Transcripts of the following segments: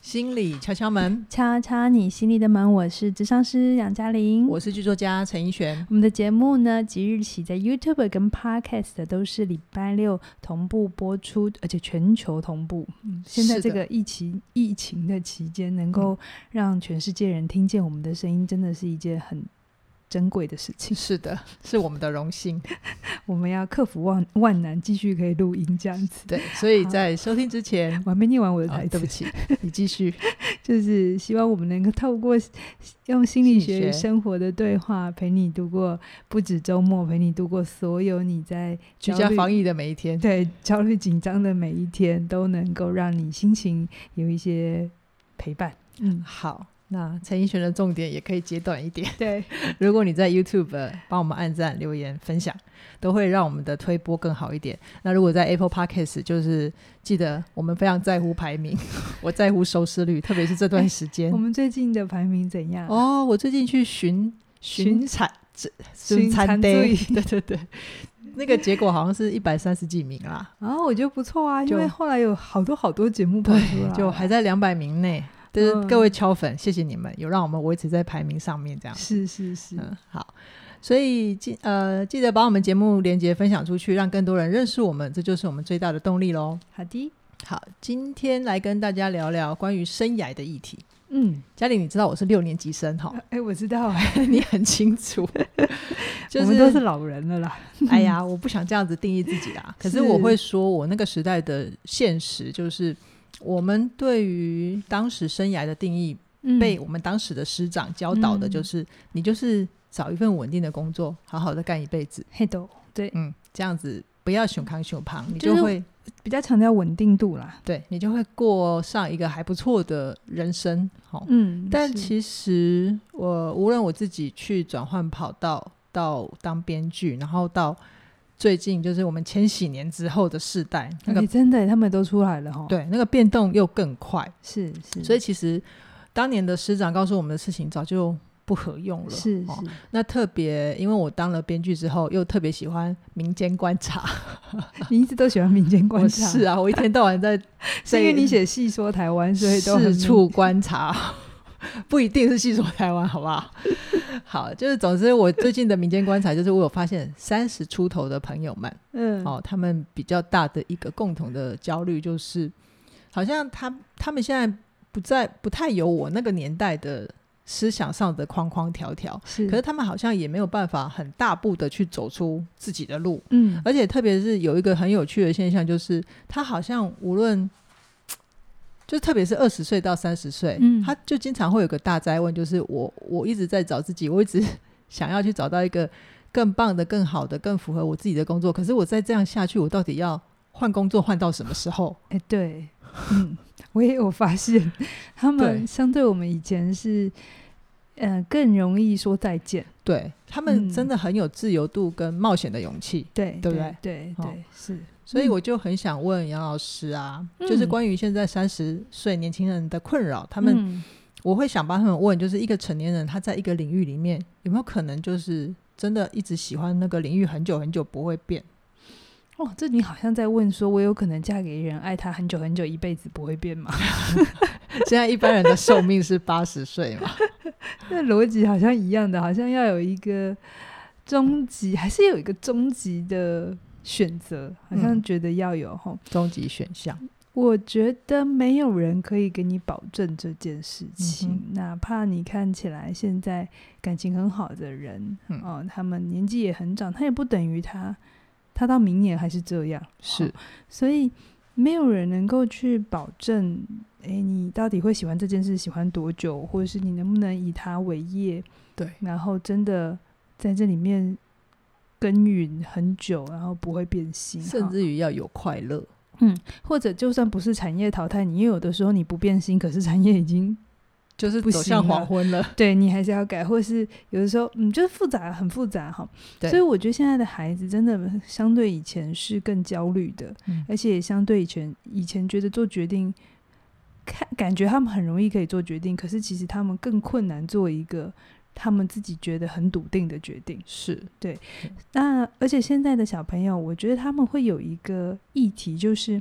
心理敲敲门， 敲敲你心里的门。我是諮商师杨嘉玲， 我是剧作家陈奕璇。 我们的节目呢，即日起在 YouTube 跟 Podcast 都是礼拜六同步播出，而且全球同步。现在这个疫情的期间，能够让全世界人听见我们的声音，真的是一件很珍贵的事情。 是的，是我们的荣幸。 我们要克服万难，继续可以录音这样子。 对，所以在收听之前， 我还没念完我的台词， 对不起，你继续。 就是希望我们能够透过用心理学与生活的对话，陪你度过不止周末，陪你度过所有你在居家防疫的每一天， 对，焦虑紧张的每一天，都能够让你心情有一些陪伴。 好，那陈奕璇的重点也可以截短一点。 对， 如果你在 YouTube 帮我们按赞、留言、分享，都会让我们的推播更好一点。那如果在 Apple Podcast， 就是记得我们非常在乎排名，我在乎收视率，特别是这段时间。 我们最近的排名怎样？ 我最近去巡餐队， 对对对，那个结果好像是130几名啦。 我觉得不错啊，因为后来有好多节目跑出来， 就还在200名内。就是各位敲粉，谢谢你们有让我们维持在排名上面这样。 是好，所以记得把我们节目连结分享出去，让更多人认识我们，这就是我们最大的动力咯。 好的， 好，今天来跟大家聊聊关于生涯的议题。嘉玲，你知道我是6年级生哈？ 我知道你很清楚。 我们都是老人了啦。 哎呀，我不想这样子定义自己啦。可是我会说，我那个时代的现实就是，我们对于当时生涯的定义，被我们当时的师长教导的就是，你就是找一份稳定的工作，好好的干一辈子。 对， 这样子不要熊康熊胖，你就会比较强调稳定度啦。 对，你就会过上一个还不错的人生。但其实无论我自己去转换跑道到当编剧，然后到最近就是我们千禧年之后的世代， 真的他们都出来了。 对，那个变动又更快。 是， 所以其实当年的师长告诉我们的事情早就不合用了。 是那特别因为我当了编剧之后，又特别喜欢民间观察。 你一直都喜欢民间观察？ 是啊，我一天到晚在是因为你写细说台湾，所以都四处观察。不一定是细说台湾，好不好？好，就是总之我最近的民间观察就是我有发现30出头的朋友们，他们比较大的一个共同的焦虑就是好像他们现在不太有我那个年代的思想上的框框条条，可是他们好像也没有办法很大步的去走出自己的路。而且特别是有一个很有趣的现象，就是他好像无论就特别是20岁到30岁，他就经常会有个大哉问，就是我一直在找自己，我一直想要去找到一个更棒的、更好的、更符合我自己的工作，可是我再这样下去，我到底要换工作换到什么时候？ 对，我也有发现他们相对我们以前是更容易说再见。 对，他们真的很有自由度跟冒险的勇气。对不对？ 对，是。 所以我就很想问杨老师啊，就是关于现在30岁年轻人的困扰，他们我会想帮他们问，就是一个成年人他在一个领域里面有没有可能就是真的一直喜欢那个领域很久很久不会变？ 这你好像在问说我有可能嫁给人爱他很久很久一辈子不会变吗？ 现在一般人的寿命是80岁嘛。 那逻辑好像一样的，好像要有一个终极，还是有一个终极的选择，好像觉得要有终极选项。 我觉得没有人可以给你保证这件事情，哪怕你看起来现在感情很好的人，他们年纪也很长，他也不等于他到明年还是这样。 是， 所以没有人能够去保证你到底会喜欢这件事喜欢多久，或者是你能不能以它为业， 对， 然后真的在这里面耕耘很久，然后不会变心， 甚至于要有快乐。 或者就算不是产业淘汰你，因为有的时候你不变心，可是产业已经就是走向黄昏了， 对，你还是要改，或是有的时候就是复杂，很复杂哈。所以我觉得现在的孩子真的相对以前是更焦虑的，而且相对以前觉得做决定感觉他们很容易可以做决定，可是其实他们更困难做一个他们自己觉得很笃定的决定。 是， 对。那而且现在的小朋友我觉得他们会有一个议题，就是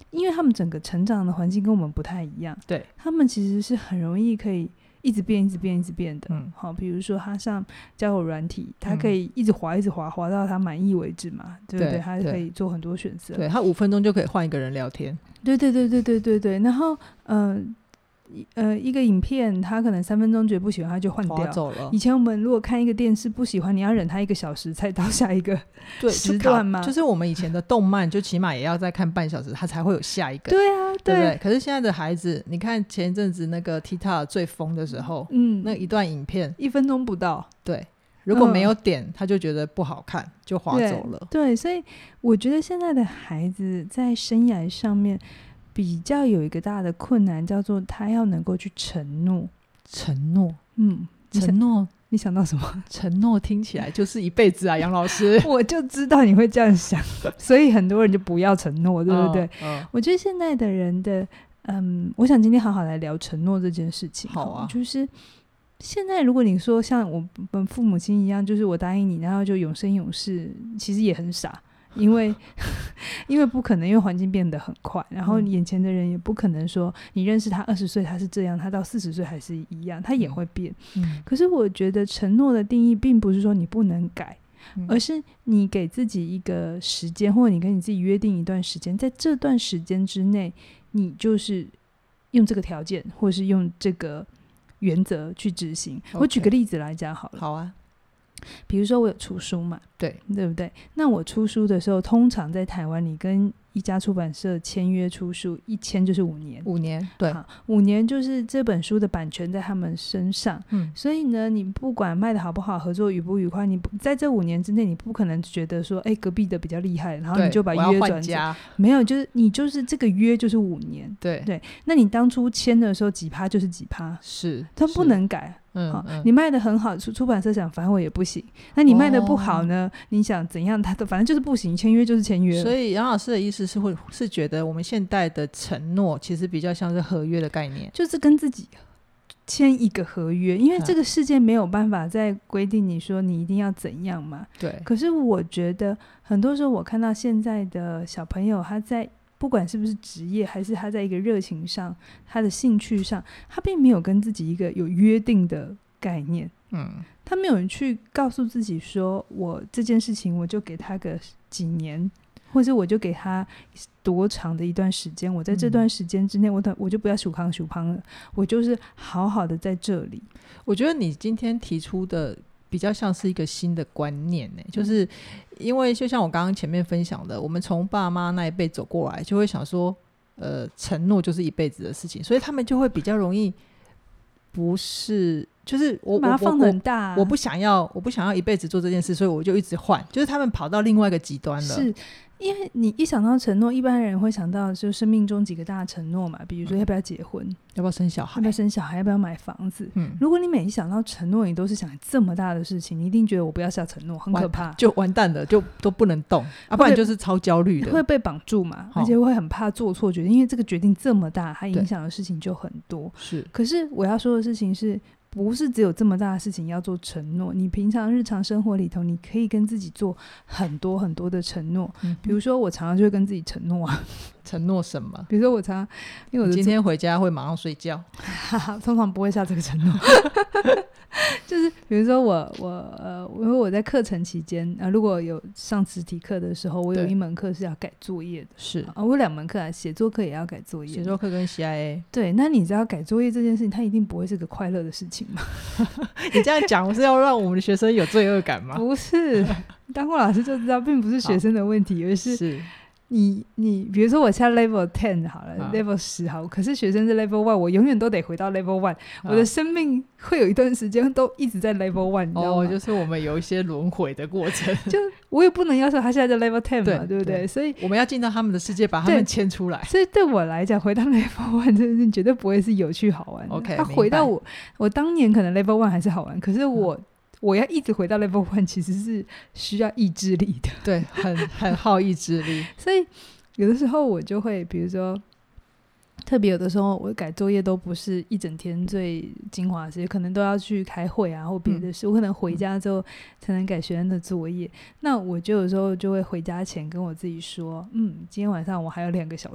因为他们整个成长的环境跟我们不太一样， 对， 他们其实是很容易可以一直变一直变一直变的。好，比如说他上交友软体，他可以一直滑一直滑，滑到他满意为止嘛，对不对？他可以做很多选择， 对，他5分钟就可以换一个人聊天， 对对对对对对对。然后一个影片他可能3分钟觉得不喜欢他就换掉走了。 以前我们如果看一个电视不喜欢，你要忍他1个小时才到下一个时段嘛， 就是我们以前的动漫就起码也要再看半小时他才会有下一个， 对啊， 对不对？可是现在的孩子，你看前一阵子那个 TikTok 最疯的时候，那一段影片 1分钟不到， 对，如果没有点他就觉得不好看就滑走了。 对，所以我觉得现在的孩子在生涯上面比较有一个大的困难，叫做他要能够去承诺。 承诺你想到什么？承诺听起来就是一辈子啊，杨老师我就知道你会这样想，所以很多人就不要承诺，对不对？我觉得现在的人的我想今天好好来聊承诺这件事情。 好啊， 就是现在如果你说像我们父母亲一样，就是我答应你然后就永生永世，其实也很傻，因为不可能，因为环境变得很快，然后眼前的人也不可能说你认识他20岁他是这样，他到40岁还是一样，他也会变。可是我觉得承诺的定义并不是说你不能改，而是你给自己一个时间，或者你跟你自己约定一段时间，在这段时间之内你就是用这个条件或是用这个原则去执行。我举个例子来讲好了。 好啊， 比如说我有出书嘛，对不对？那我出书的时候，通常在台湾你跟一家出版社签约出书，一签就是5年。 5年，对 ，5年就是这本书的版权在他们身上。所以呢，你不管卖的好不好，合作愉不愉快，你在这5年之内，你不可能觉得说，隔壁的比较厉害，然后你就把约转正。没有，就是你就是这个约就是5年。对，那你当初签的时候几趴就是几趴，是它不能改。你卖的很好，出版社想反悔也不行。那你卖的不好呢，你想怎样，它反正就是不行，签约就是签约。 所以杨老师的意思是觉得我们现代的承诺其实比较像是合约的概念， 就是跟自己签一个合约，因为这个世界没有办法再规定你说你一定要怎样嘛。对。可是我觉得很多时候我看到现在的小朋友，他在不管是不是职业，还是他在一个热情上，他的兴趣上，他并没有跟自己一个有约定的概念。他没有去告诉自己说，我这件事情我就给他个几年，或者我就给他多长的一段时间，我在这段时间之内我就不要数康了，我就是好好的在这里。 我觉得你今天提出的比较像是一个新的观念，就是因为就像我刚刚前面分享的，我们从爸妈那一辈走过来，就会想说承诺就是一辈子的事情，所以他们就会比较容易不是，就是我把它放得很大， 我不想要一辈子做这件事，所以我就一直换，就是他们跑到另外一个极端了。 是因为你一想到承诺，一般人会想到就生命中几个大承诺嘛，比如说要不要结婚， 要不要生小孩， 要不要买房子。如果你每一想到承诺你都是想这么大的事情，你一定觉得我不要下承诺很可怕， 就完蛋了，就都不能动不然就是超焦虑的， 会被绑住嘛，而且会很怕做错决定，因为这个决定这么大，它影响的事情就很多。是，可是我要说的事情是，不是只有这么大的事情要做承诺，你平常日常生活里头你可以跟自己做很多很多的承诺。比如说我常常就会跟自己承诺啊。 承诺什么？ 比如说我常因为我今天回家会马上睡觉通常不会下这个承诺就是比如说我在课程期间如果有上实体课的时候，我有一门课是要改作业的，是我有2门课写作课也要改作业， 写作课跟 CIA。 对，那你知道改作业这件事情它一定不会是个快乐的事情吗你这样讲是要让我们的学生有罪恶感吗？ 不是，当过老师就知道并不是学生的问题，而是你比如说我下 level 10好了，level 10好，可是学生是 level 1，我永远都得回到 level 1，我的生命会有一段时间都一直在 level 1，你知道吗？ 就是我们有一些轮回的过程就我也不能要求他现在在 level 10嘛，对不对？所以我们要进到他们的世界，把他们牵出来。 所以对我来讲，回到 level 1这件事绝对不会是有趣好玩的。 OK， 他回到我当年可能 level 1还是好玩，可是我要一直回到 level 1其实是需要意志力的。 对，很耗意志力所以有的时候我就会比如说特别有的时候我改作业都不是一整天最精华的时间，可能都要去开会啊或别的事，我可能回家之后才能改学生的作业，那我就有时候就会回家前跟我自己说今天晚上我还有2个小时，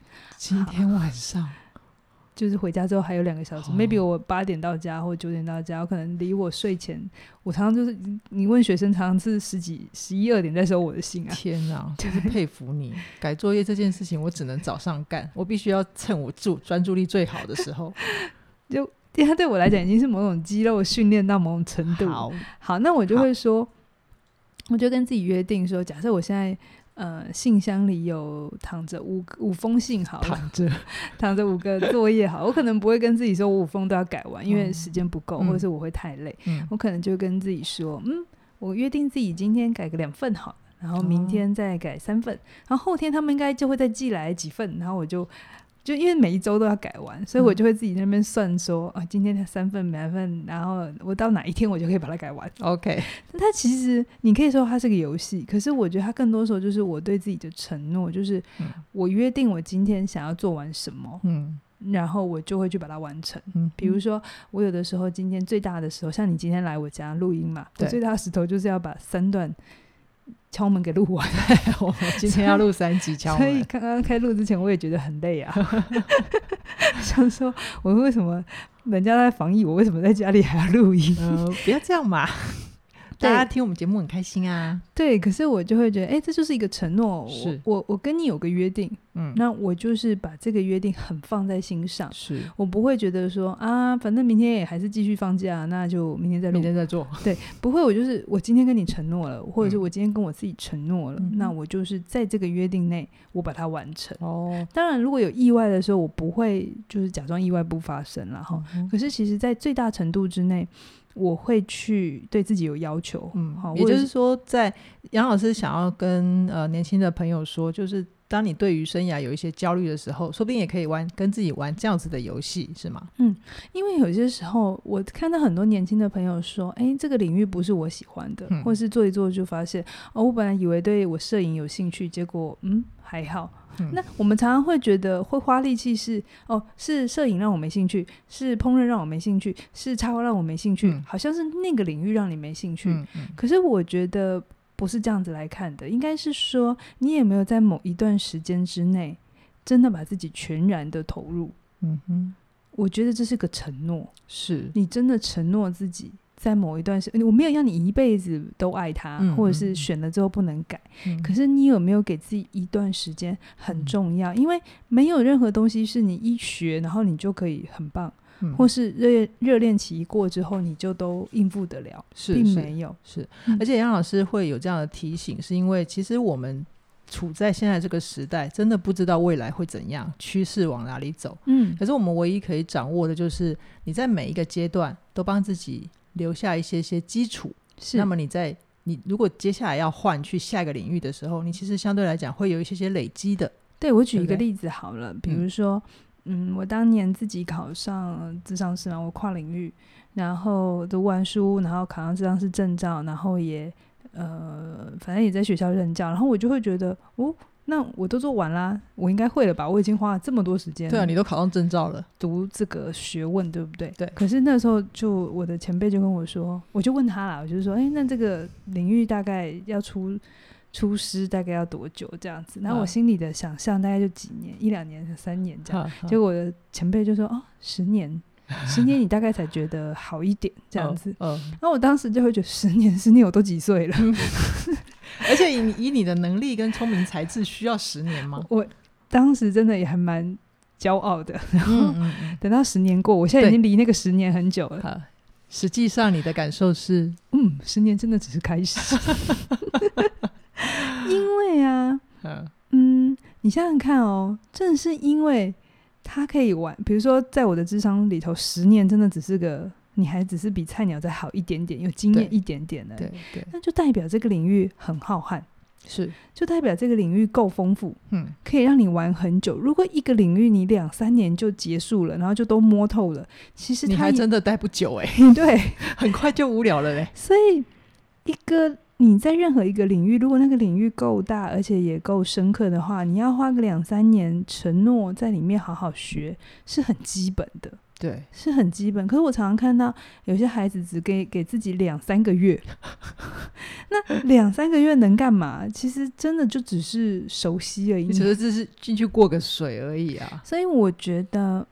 今天晚上就是回家之后还有2个小时、maybe 我8点到家或9点到家，我可能离我睡前，我常常就是你问学生常常是11、2点在收我的信啊。 天哪，就是佩服你改作业这件事情我只能早上干，我必须要趁我专注力最好的时候就它对我来讲已经是某种肌肉训练到某种程度。好，那我就会说，我就跟自己约定说，假设我现在信箱里有躺着五封信好了，躺着5个作业好，我可能不会跟自己说我5封都要改完，因为时间不够、或者是我会太累、我可能就跟自己说我约定自己今天改个2份好了，然后明天再改3份、然后后天他们应该就会再寄来几份，然后我就因为每一周都要改完，所以我就会自己在那边算说、今天3份2份，然后我到哪一天我就可以把它改完。 OK， 它其实你可以说它是个游戏，可是我觉得它更多时候就是我对自己的承诺，就是我约定我今天想要做完什么，然后我就会去把它完成。比如说我有的时候今天最大的时候，像你今天来我家录音嘛，我最大的石头就是要把3段敲门给录完我今天要录3集敲门， 所以刚刚开录之前我也觉得很累啊想说我为什么人家在防疫，我为什么在家里还要录音不要这样嘛大家听我们节目很开心啊。 对，可是我就会觉得这就是一个承诺，我跟你有个约定，那我就是把这个约定很放在心上，是我不会觉得说反正明天也还是继续放假，那就明天再录， 明天再做。 对，不会，我就是我今天跟你承诺了，或者是我今天跟我自己承诺了，那我就是在这个约定内我把它完成。当然如果有意外的时候我不会就是假装意外不发生啦，可是其实在最大程度之内我会去对自己有要求。 也就是说在杨老师想要跟年轻的朋友说，就是当你对于生涯有一些焦虑的时候，说不定也可以跟自己玩这样子的游戏，是吗？ 因为有些时候我看到很多年轻的朋友说这个领域不是我喜欢的，或是做一做就发现我本来以为对我摄影有兴趣，结果还好。那我们常常会觉得会花力气是摄影让我没兴趣，是烹饪让我没兴趣，是插花让我没兴趣，好像是那个领域让你没兴趣。可是我觉得不是这样子来看的，应该是说你有没有在某一段时间之内真的把自己全然的投入。我觉得这是个承诺，是你真的承诺自己在某一段时间，我没有要你一辈子都爱他，或者是选了之后不能改，可是你有没有给自己一段时间很重要，因为没有任何东西是你一学然后你就可以很棒，或是热恋期一过之后你就都应付得了，并没有。是而且杨老师会有这样的提醒，是因为其实我们处在现在这个时代真的不知道未来会怎样，趋势往哪里走。可是我们唯一可以掌握的就是你在每一个阶段都帮自己留下一些基础，那么你如果接下来要换去下一个领域的时候，你其实相对来讲会有一些累积的。 对，我举一个例子好了，比如说我当年自己考上諮商师嘛，我跨领域，然后读完书，然后考上諮商师证照，然后也反正也在学校任教，然后我就会觉得那我都做完啦，我应该会了吧，我已经花了这么多时间。 对啊，你都考上证照了， 读这个学问，对不对？ 对。 可是那时候就我的前辈就跟我说，我就问他啦，我就说那这个领域大概要出师大概要多久这样子，然后我心里的想象大概就几年，1、2年3年这样，结果我的前辈就说10年10年你大概才觉得好一点这样子。然后我当时就会觉得10年我都几岁了而且以你的能力跟聪明才智需要10年吗？ 我当时真的也还蛮骄傲的，然后等到10年过，我现在已经离那个10年很久了。 实际上你的感受是 10年真的只是开始因为你想想看正是因为他可以玩，比如说在我的諮商里头10年真的只是个你还只是比菜鸟再好一点点，有经验一点点的，对，那就代表这个领域很浩瀚，是就代表这个领域够丰富，可以让你玩很久。如果一个领域你2、3年就结束了，然后就都摸透了，其实你还真的待不久对， 很快就无聊了所以你在任何一个领域，如果那个领域够大而且也够深刻的话，你要花个2、3年承诺在里面好好学是很基本的。 对， 是很基本。可是我常常看到有些孩子只给自己2-3个月那2-3个月能干嘛？其实真的就只是熟悉而已， 你觉得这是进去过个水而已啊。 所以我觉得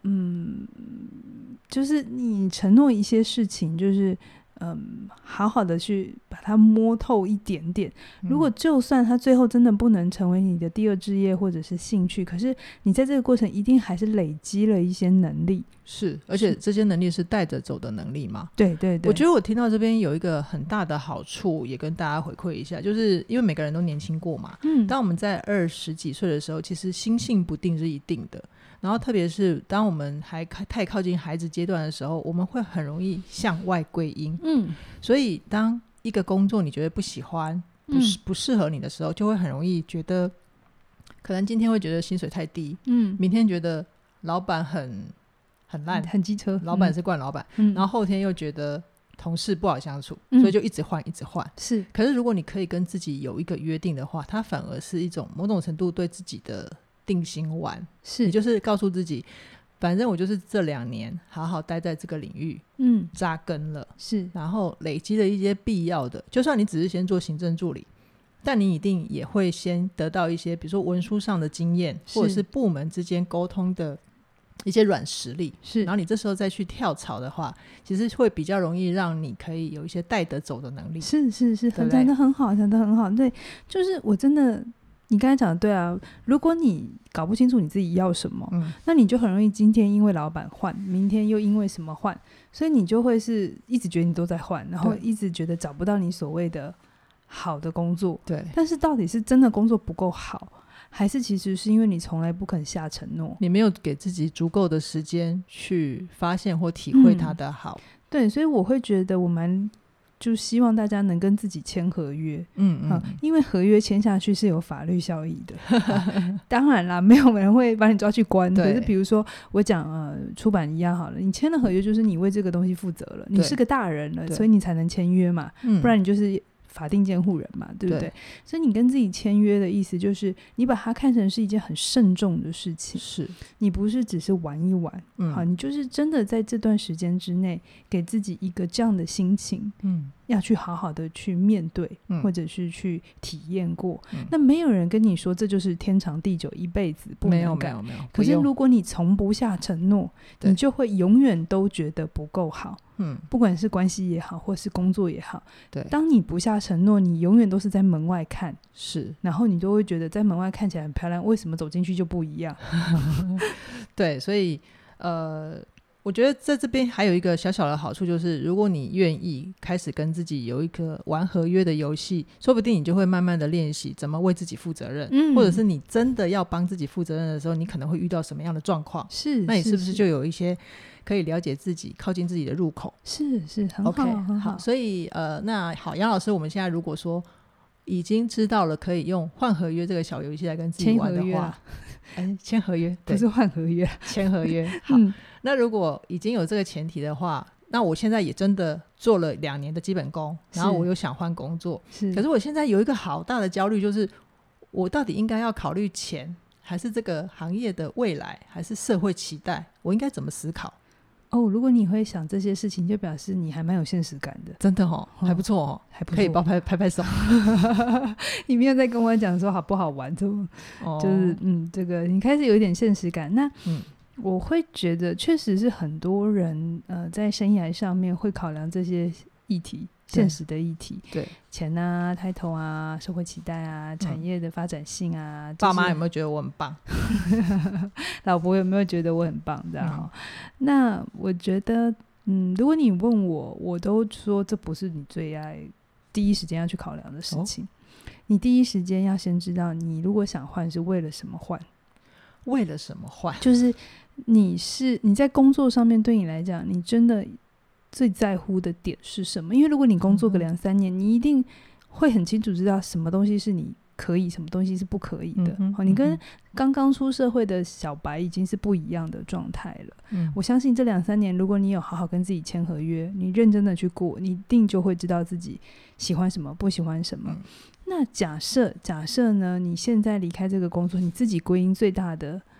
就是你承诺一些事情，就是好好的去把它摸透一点点。如果就算它最后真的不能成为你的第二志业或者是兴趣，可是你在这个过程一定还是累积了一些能力。 是，而且这些能力是带着走的能力嘛。 对对对， 我觉得我听到这边有一个很大的好处，也跟大家回馈一下，就是因为每个人都年轻过嘛。当我们在20几岁的时候，其实心性不定是一定的。然后特别是当我们还太靠近孩子阶段的时候，我们会很容易向外归因。所以当一个工作你觉得不喜欢不适合你的时候，就会很容易觉得，可能今天会觉得薪水太低，明天觉得老板很烂， 很机车， 老板是惯老板，然后后天又觉得同事不好相处，所以就一直换一直换。 是， 可是如果你可以跟自己有一个约定的话，它反而是一种某种程度对自己的定心丸。 是， 你就是告诉自己，反正我就是这2年好好待在这个领域，扎根了， 是， 然后累积了一些必要的，就算你只是先做行政助理，但你一定也会先得到一些比如说文书上的经验，或者是部门之间沟通的一些软实力。是，然后你这时候再去跳槽的话，其实会比较容易让你可以有一些带得走的能力。 是是是，讲得很好，讲得很好。对，就是我真的你刚才讲的对啊，如果你搞不清楚你自己要什么，那你就很容易今天因为老板换，明天又因为什么换，所以你就会是一直觉得你都在换，然后一直觉得找不到你所谓的好的工作。对，但是到底是真的工作不够好，还是其实是因为你从来不肯下承诺， 你没有给自己足够的时间去发现或体会它的好。 对，所以我会觉得我蛮就希望大家能跟自己签合约。因为合约签下去是有法律效益的。当然啦，没有人会把你抓去关，可是比如说我讲出版一样好了，你签了合约就是你为这个东西负责了，你是个大人了，所以你才能签约嘛，不然你就是法定监护人嘛，对不对？所以你跟自己签约的意思就是你把它看成是一件很慎重的事情，是你不是只是玩一玩，好，你就是真的在这段时间之内给自己一个这样的心情，要去好好的去面对，或者是去体验过。那没有人跟你说这就是天长地久一辈子不能改，没有。可是如果你从不下承诺，你就会永远都觉得不够好。不管是关系也好或是工作也好，对，当你不下承诺，你永远都是在门外看，是，然后你都会觉得在门外看起来很漂亮，为什么走进去就不一样？ 对，所以我觉得在这边还有一个小小的好处，就是如果你愿意开始跟自己有一个玩合约的游戏，说不定你就会慢慢的练习怎么为自己负责任，或者是你真的要帮自己负责任的时候，你可能会遇到什么样的状况，是，那你是不是就有一些可以了解自己靠近自己的入口？是很好、okay, 很好。所以那好，杨老师，我们现在如果说已经知道了可以用换合约这个小游戏来跟自己玩的话，签合约不是换合约， 签合约。好，那如果已经有这个前提的话，那我现在也真的做了2年的基本功，然后我又想换工作，可是我现在有一个好大的焦虑，就是我到底应该要考虑钱，还是这个行业的未来，还是社会期待，我应该怎么思考？ 如果你会想这些事情，就表示你还蛮有现实感的， 真的还不错还不错，可以帮拍拍手。 你没有在跟我讲说好不好玩，就是这个你开始有一点现实感。那我会觉得确实是很多人在生涯上面会考量这些议题，现实的议题，对，钱啊、title啊、社会期待啊、产业的发展性啊， 爸妈有没有觉得我很棒？ 老婆有没有觉得我很棒？这样那我觉得如果你问我，我都说这不是你最爱第一时间要去考量的事情。你第一时间要先知道你如果想换是为了什么换， 为了什么换， 就是你在工作上面对你来讲你真的最在乎的点是什么？因为如果你工作个2-3年，你一定会很清楚知道什么东西是你可以，什么东西是不可以的。你跟刚刚出社会的小白已经是不一样的状态了。我相信这2-3年如果你有好好跟自己签合约，你认真的去过，你一定就会知道自己喜欢什么不喜欢什么。那假设呢，你现在离开这个工作，你自己归因最大的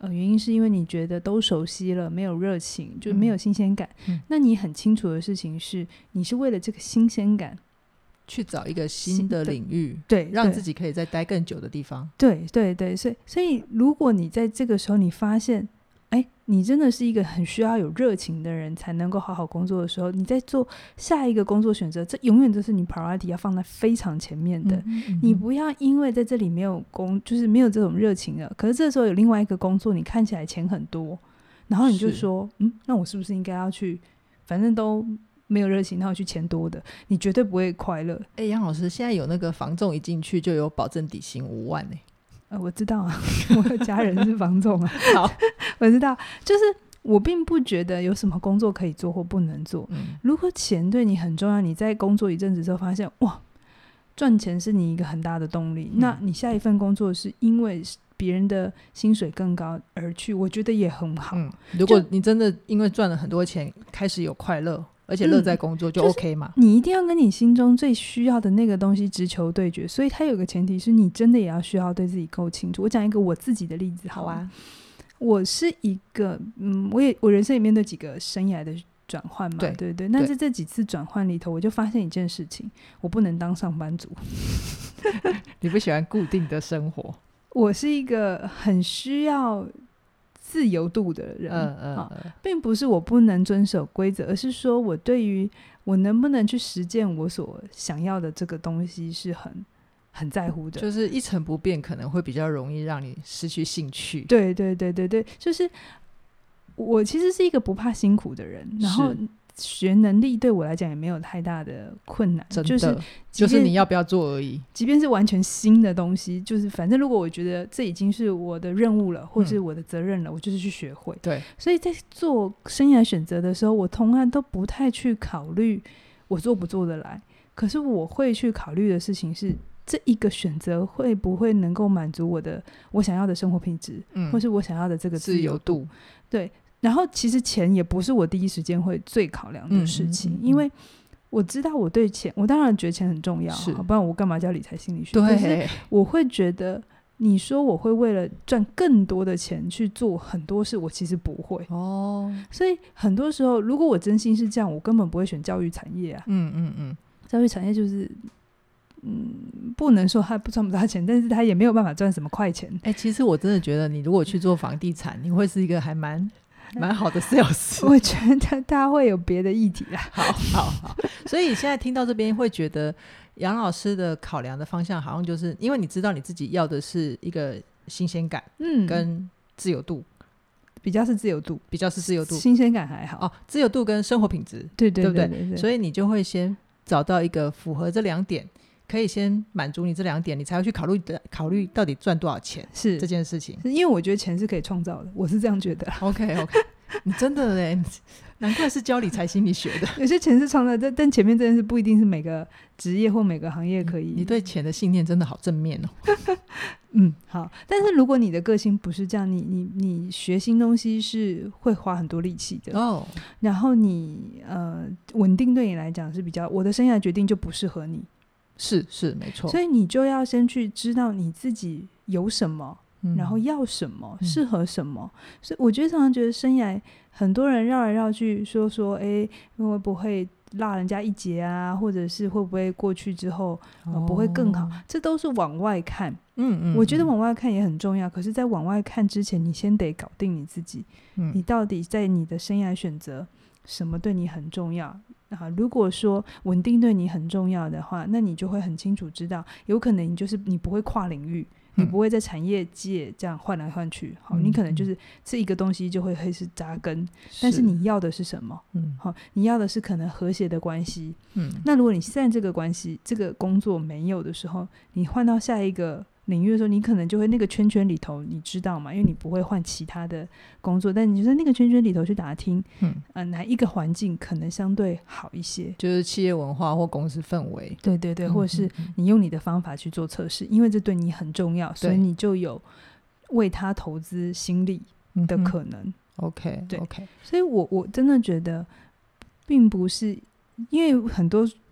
原因是因为你觉得都熟悉了，没有热情，就没有新鲜感。那你很清楚的事情是，你是为了这个新鲜感去找一个新的领域， 对， 让自己可以再待更久的地方。 对对对，所以如果你在这个时候你发现你真的是一个很需要有热情的人才能够好好工作的时候，你在做下一个工作选择，这永远都是你 priority 要放在非常前面的。你不要因为在这里没有就是没有这种热情了，可是这时候有另外一个工作你看起来钱很多，然后你就说那我是不是应该要去，反正都没有热情，那我去钱多的，你绝对不会快乐。 杨老师，现在有那个房仲一进去就有保证底薪5万我知道啊，我的家人是房仲啊。 好， 我知道，就是我并不觉得有什么工作可以做或不能做。如果钱对你很重要，你在工作一阵子之后发现哇，赚钱是你一个很大的动力，那你下一份工作是因为别人的薪水更高而去，我觉得也很好。 如果你真的因为赚了很多钱开始有快乐，而且乐在工作，就 OK 嘛。 你一定要跟你心中最需要的那个东西直球对决，所以它有个前提是你真的也要需要对自己够清楚。我讲一个我自己的例子好啊，我是一个我人生里面的几个生涯的转换嘛，对对。但是这几次转换里头，我就发现一件事情，我不能当上班族。 你不喜欢固定的生活？ 我是一个很需要自由度的人，并不是我不能遵守规则，而是说我对于我能不能去实践我所想要的这个东西是很在乎的。 就是一成不变可能会比较容易让你失去兴趣。 对对对对对，就是我其实是一个不怕辛苦的人，然后学能力对我来讲也没有太大的困难， 真的就是你要不要做而已。 即便是完全新的东西，就是反正如果我觉得这已经是我的任务了，或是我的责任了，我就是去学会。 对， 所以在做生涯选择的时候，我从来都不太去考虑我做不做得来，可是我会去考虑的事情是这一个选择会不会能够满足我想要的生活品质，或是我想要的这个自由度。对，然后其实钱也不是我第一时间会最考量的事情，因为我知道我对钱，我当然觉得钱很重要，不然我干嘛教理财心理学？ 对， 可是我会觉得你说我会为了赚更多的钱去做很多事，我其实不会所以很多时候如果我真心是这样，我根本不会选教育产业啊。教育产业就是不能说他赚不到钱，但是他也没有办法赚什么快钱。 其实我真的觉得你如果去做房地产，你会是一个还蛮好的 sales。 我觉得他会有别的议题啦。 好，所以现在听到这边会觉得杨老师的考量的方向好像就是因为你知道你自己要的是一个新鲜感跟自由度，比较是自由度， 新鲜感还好自由度跟生活品质， 对对对不对？所以你就会先找到一个符合这2点，可以先满足你这2点，你才会去考虑到底赚多少钱是这件事情。 因为我觉得钱是可以创造的，我是这样觉得。 OK 你真的耶，难怪是教理财心理学的。 有些钱是创造，但前面这件事不一定是每个职业或每个行业可以。 你对钱的信念真的好正面好。但是如果你的个性不是这样，你学新东西是会花很多力气的然后你稳定对你来讲是比较，我的生涯决定就不适合你。 是没错， 所以你就要先去知道你自己有什么然后要什么适合什么。所以我常常觉得生涯很多人绕来绕去说会不会落人家一截啊，或者是会不会过去之后不会更好，这都是往外看。我觉得往外看也很重要，可是在往外看之前你先得搞定你自己你到底在你的生涯选择什么对你很重要如果说稳定对你很重要的话，那你就会很清楚知道有可能你不会跨领域你不会在产业界这样换来换去你可能就是这一个东西就会是扎根但是你要的是什么你要的是可能和谐的关系那如果你现在这个关系这个工作没有的时候，你换到下一个领域的时候，你可能就会那个圈圈里头你知道嘛，因为你不会换其他的工作，但你就在那个圈圈里头去打听哪一个环境可能相对好一些， 就是企业文化或公司氛围。 对对对或者是你用你的方法去做测试因为这对你很重要，所以你就有为他投资心力的可能 OK 所以我真的觉得并不是因为很多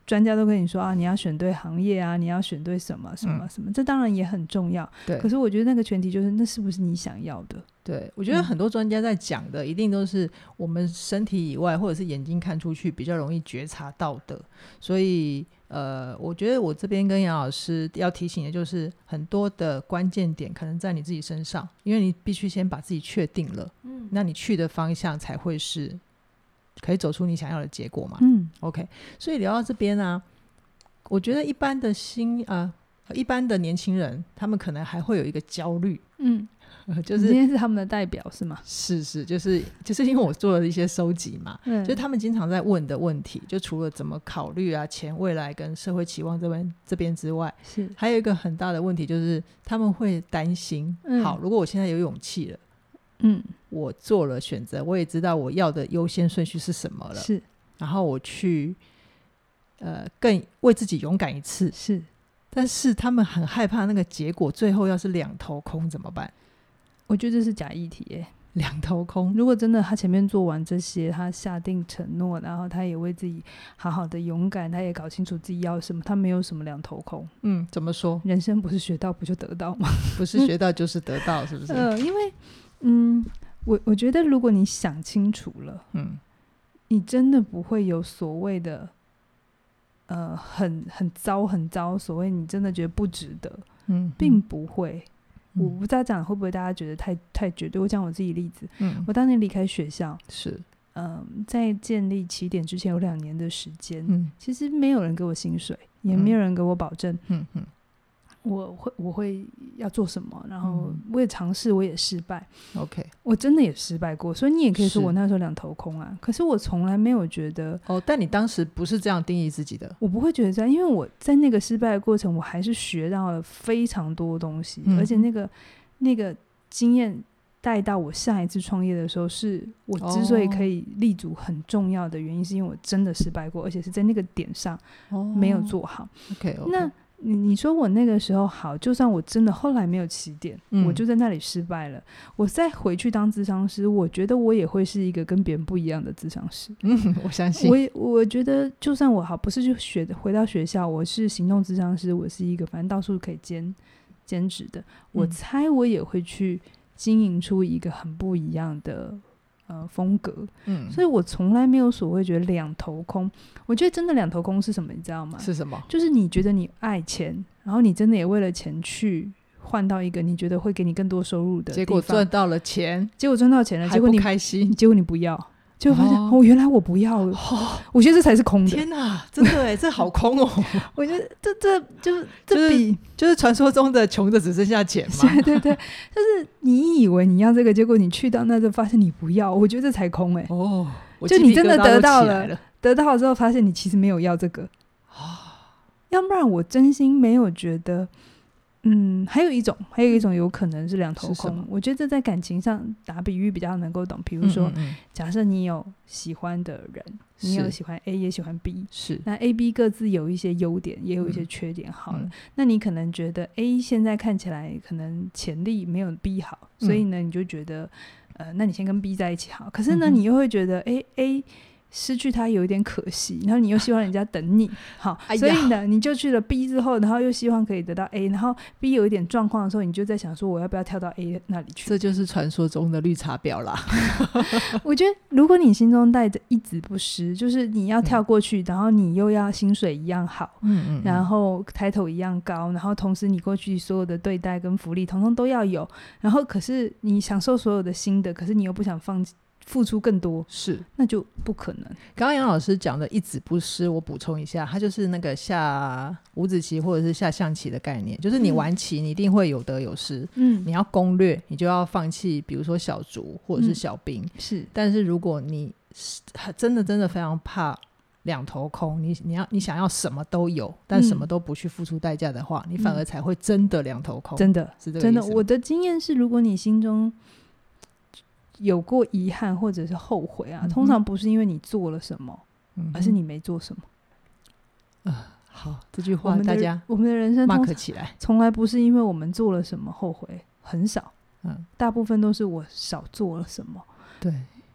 专家都跟你说啊，你要选对行业啊，你要选对什么什么什么，这当然也很重要。 对， 可是我觉得那个前提就是那是不是你想要的。 对，我觉得很多专家在讲的一定都是我们身体以外或者是眼睛看出去比较容易觉察到的，所以我觉得我这边跟杨老师要提醒的就是很多的关键点可能在你自己身上，因为你必须先把自己确定了，那你去的方向才会是可以走出你想要的结果嘛。OK， 所以聊到这边啊，我觉得一般的年轻人他们可能还会有一个焦虑，就是今天是他们的代表是吗？ 是就是因为我做了一些收集嘛，就是他们经常在问的问题，就除了怎么考虑啊钱未来跟社会期望这边之外，是还有一个很大的问题，就是他们会担心，好，如果我现在有勇气了，我做了选择，我也知道我要的优先顺序是什么了，是，然后我去更为自己勇敢一次，是，但是他们很害怕那个结果最后要是两头空怎么办？ 我觉得这是假议题耶， 两头空。 如果真的他前面做完这些，他下定承诺，然后他也为自己好好的勇敢，他也搞清楚自己要什么，他没有什么两头空。 怎么说？ 人生不是学到不就得到吗？ 不是学到就是得到，是不是？ 因为我觉得如果你想清楚了，你真的不会有所谓的很糟，所谓你真的觉得不值得，并不会。我不知道讲会不会大家觉得太绝对。我讲我自己例子，我当年离开学校是在建立起点之前有2年的时间，其实没有人给我薪水，也没有人给我保证我会要做什么，然后我也尝试，我也失败 OK， 我真的也失败过，所以你也可以说我那时候两头空啊。可是我从来没有觉得但你当时不是这样定义自己的。 我不会觉得这样，因为我在那个失败的过程我还是学到了非常多东西，而且那个经验带到我下一次创业的时候，是我之所以可以立足很重要的原因，是因为我真的失败过，而且是在那个点上没有做好。 OK， 那你说我那个时候好，就算我真的后来没有起点，我就在那里失败了，我再回去当咨商师，我觉得我也会是一个跟别人不一样的咨商师。 我相信我觉得就算我好不是就回到学校，我是行动咨商师，我是一个反正到处可以兼职的，我猜我也会去经营出一个很不一样的风格。所以我从来没有所谓觉得两头空。我觉得真的两头空是什么你知道吗？ 是什么？ 就是你觉得你爱钱，然后你真的也为了钱去换到一个你觉得会给你更多收入的地方， 结果赚到了钱， 结果赚到钱了， 还不开心， 结果你不要，结果发现原来我不要了，我觉得这才是空的。 天哪，真的耶这好空哦。 我觉得这比就是传说中的穷的只剩下钱嘛。 对，就是你以为你要这个，结果你去到那就发现你不要，我觉得这才空耶。就你真的得到了之后发现你其实没有要这个。要不然我真心没有觉得。还有一种有可能是两头空。我觉得这在感情上打比喻比较能够懂。比如说假设你有喜欢的人，你有喜欢 A 也喜欢 B， 是那 A、B 各自有一些优点也有一些缺点好了，那你可能觉得 A 现在看起来可能潜力没有 B 好，所以呢你就觉得那你先跟 B 在一起好。可是呢你又会觉得A失去他有一点可惜，然后你又希望人家等你好，所以呢你就去了 B 之后，然后又希望可以得到 A， 然后 B 有一点状况的时候，你就在想说我要不要跳到 A 那里去。 这就是传说中的绿茶婊啦。 我觉得如果你心中带着一直不失，就是你要跳过去，然后你又要薪水一样好，然后title一样高，然后同时你过去所有的对待跟福利统统都要有，然后可是你享受所有的新的，可是你又不想付出更多，是那就不可能。 刚刚杨老师讲的一子不失，我补充一下，它就是那个下五子棋或者是下象棋的概念，就是你玩棋你一定会有得有失，你要攻略你就要放弃比如说小卒或者是小兵，是。但是如果你真的非常怕两头空，你想要什么都有但什么都不去付出代价的话，你反而才会真的两头空。 真的是这个意思吗？ 真的，我的经验是如果你心中有过遗憾或者是后悔啊，通常不是因为你做了什么，而是你没做什么。 好，这句话大家我们的人生 mark 起来， 从来不是因为我们做了什么后悔，很少，大部分都是我少做了什么。 对，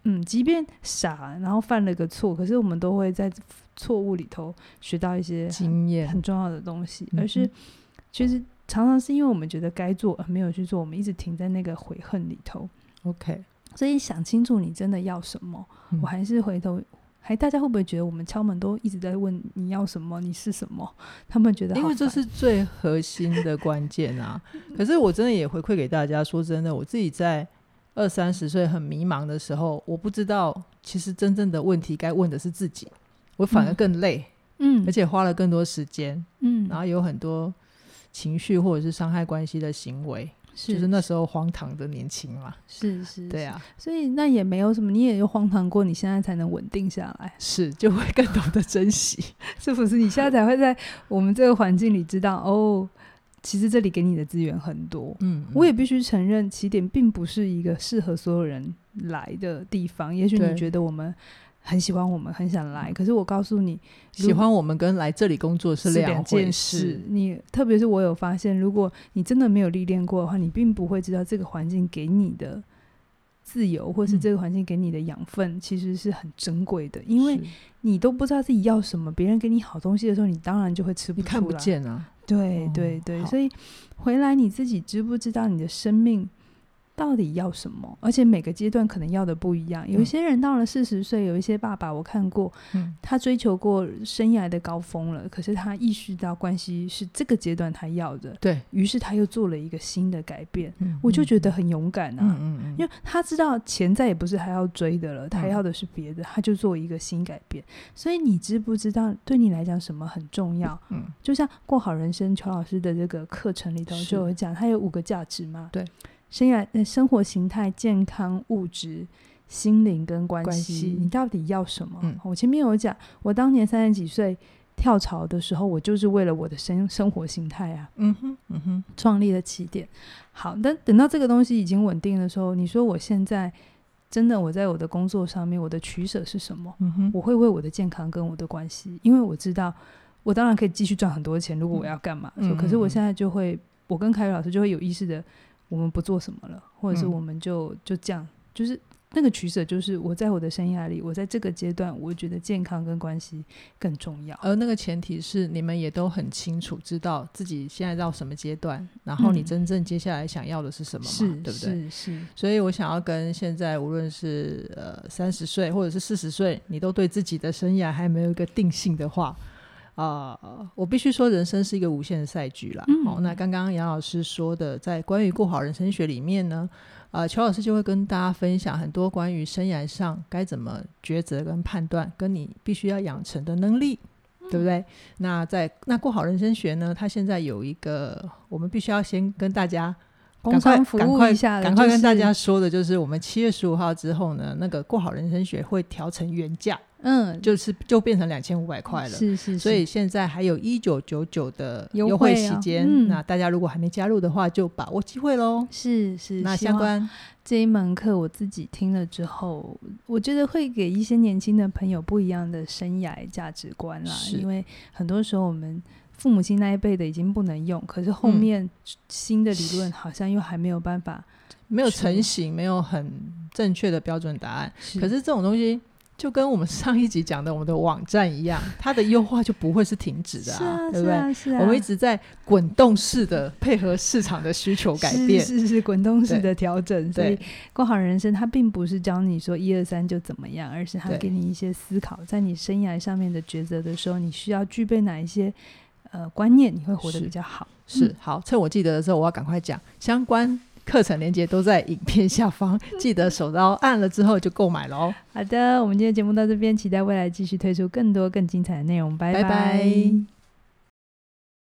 即便傻然后犯了个错，可是我们都会在错误里头学到一些经验很重要的东西，而是其实常常是因为我们觉得该做而没有去做，我们一直停在那个悔恨里头。 OK， 所以想清楚你真的要什么。我还是回头大家会不会觉得我们敲门都一直在问你要什么，你是什么？他们觉得好烦， 因为这是最核心的关键啊可是我真的也回馈给大家，说真的，我自己在20-30岁很迷茫的时候，我不知道其实真正的问题该问的是自己，我反而更累，而且花了更多时间，然后有很多情绪或者是伤害关系的行为，就是那时候荒唐的年轻嘛， 是对啊， 所以那也没有什么，你也有荒唐过，你现在才能稳定下来， 是就会更懂得珍惜是不是？你现在才会在我们这个环境里知道哦，其实这里给你的资源很多。我也必须承认起点并不是一个适合所有人来的地方，也许你觉得我们很喜欢我们很想来，可是我告诉你， 喜欢我们跟来这里工作是两件事。你特别是我有发现，如果你真的没有历练过的话，你并不会知道这个环境给你的自由或是这个环境给你的养分其实是很珍贵的，因为你都不知道自己要什么，别人给你好东西的时候你当然就会吃不出来， 你看不见啊。 对对对，所以回来你自己知不知道你的生命到底要什么，而且每个阶段可能要的不一样。有一些人到了40岁，有一些爸爸我看过，他追求过生涯的高峰了，可是他意识到关系是这个阶段他要的，对，于是他又做了一个新的改变，我就觉得很勇敢啊，因为他知道钱再也不是他要追的了，他要的是别的，他就做一个新改变。所以你知不知道对你来讲什么很重要？就像过好人生邱老师的这个课程里头就有讲，他有5个价值嘛，对，生活形态、健康、物质、心灵跟关系，你到底要什么？我前面有讲，我当年30几岁跳槽的时候，我就是为了我的生活形态啊，创立了起点。好，但等到这个东西已经稳定的时候，你说我现在真的我在我的工作上面，我的取舍是什么？我会为我的健康跟我的关系，因为我知道我当然可以继续赚很多钱，如果我要干嘛，可是我现在就会，我跟凯宇老师就会有意识的，我们不做什么了，或者是我们就这样，就是那个取舍，就是我在我的生涯里，我在这个阶段我觉得健康跟关系更重要， 而那个前提是你们也都很清楚知道自己现在到什么阶段，然后你真正接下来想要的是什么嘛，对不对？是。所以我想要跟现在无论是30岁或者是40岁，你都对自己的生涯还没有一个定性的话，我必须说人生是一个无限的赛局啦。那刚刚杨老师说的，在关于过好人生学里面呢，邱老师就会跟大家分享很多关于生涯上该怎么抉择跟判断，跟你必须要养成的能力，对不对？那过好人生学呢，它现在有一个我们必须要先跟大家工商服务一下， 赶快跟大家说的就是我们7月15号之后呢，那个过好人生学会调成原价，就变成2500块了，是。所以现在还有1999的优惠期间，那大家如果还没加入的话就把握机会咯。是。那相关这一门课我自己听了之后，我觉得会给一些年轻的朋友不一样的生涯价值观啦，因为很多时候我们父母亲那一辈的已经不能用，可是后面新的理论好像又还没有办法， 没有成型，没有很正确的标准答案。可是这种东西就跟我们上一集讲的我们的网站一样，它的优化就不会是停止的对不对？我们一直在滚动式的配合市场的需求改变， 是滚动式的调整。所以过好人生它并不是教你说1、2、3就怎么样，而是它给你一些思考，在你生涯上面的抉择的时候，你需要具备哪一些观念，你会活得比较好。 是好，趁我记得的时候我要赶快讲相关课程连结都在影片下方，记得手刀按了之后就购买咯。 好的，我们今天节目到这边，期待未来继续推出更多更精彩的内容，拜拜。